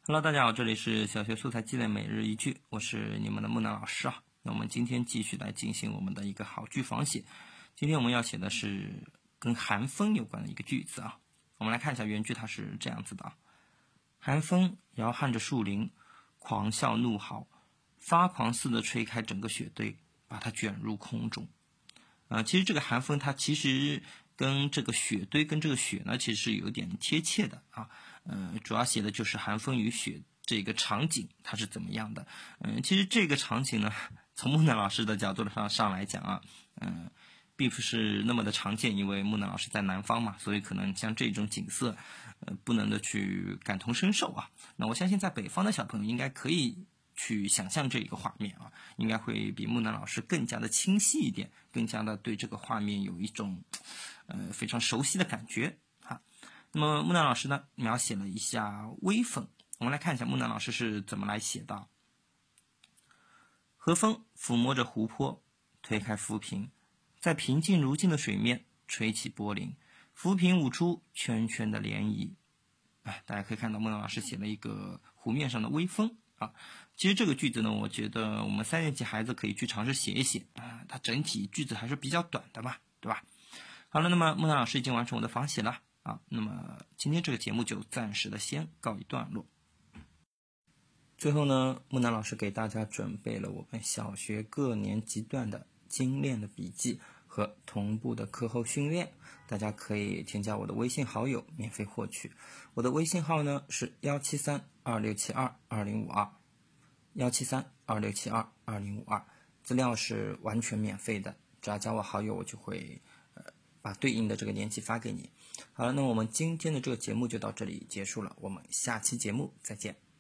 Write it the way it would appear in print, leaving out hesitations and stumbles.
Hello，大家好，这里是小学素材积累每日一句，我是你们的木南老师啊。那我们今天继续来进行我们的一个好句仿写。今天我们要写的是跟寒风有关的一个句子啊。我们来看一下原句，它是这样子的啊：寒风摇撼着树林，狂笑怒嚎，发狂似的吹开整个雪堆，把它卷入空中。其实这个寒风它其实跟这个雪堆跟这个雪呢，其实是有点贴切的啊。主要写的就是寒风与雪这个场景它是怎么样的。其实这个场景呢，从木南老师的角度上来讲啊，并不是那么的常见，因为木南老师在南方嘛，所以可能像这种景色，不能的去感同身受啊。那我相信在北方的小朋友应该可以去想象这一个画面啊，应该会比木南老师更加的清晰一点，更加的对这个画面有一种非常熟悉的感觉啊。那么木南老师呢，描写了一下微风，我们来看一下木南老师是怎么来写的。和风抚摸着湖泊，推开浮萍，在平静如镜的水面吹起波粼，浮萍舞出圈圈的涟漪。大家可以看到木南老师写了一个湖面上的微风啊。其实这个句子呢，我觉得我们3年级孩子可以去尝试写一写啊，它整体句子还是比较短的嘛，对吧？好了，那么木南老师已经完成我的仿写了啊，那么今天这个节目就暂时的先告一段落。最后呢，木南老师给大家准备了我们小学各年级段的精炼的笔记和同步的课后训练，大家可以添加我的微信好友免费获取。我的微信号呢是17326722052，17326722052，资料是完全免费的，只要加我好友，我就会把对应的这个年级发给你。好了，那我们今天的这个节目就到这里结束了，我们下期节目再见。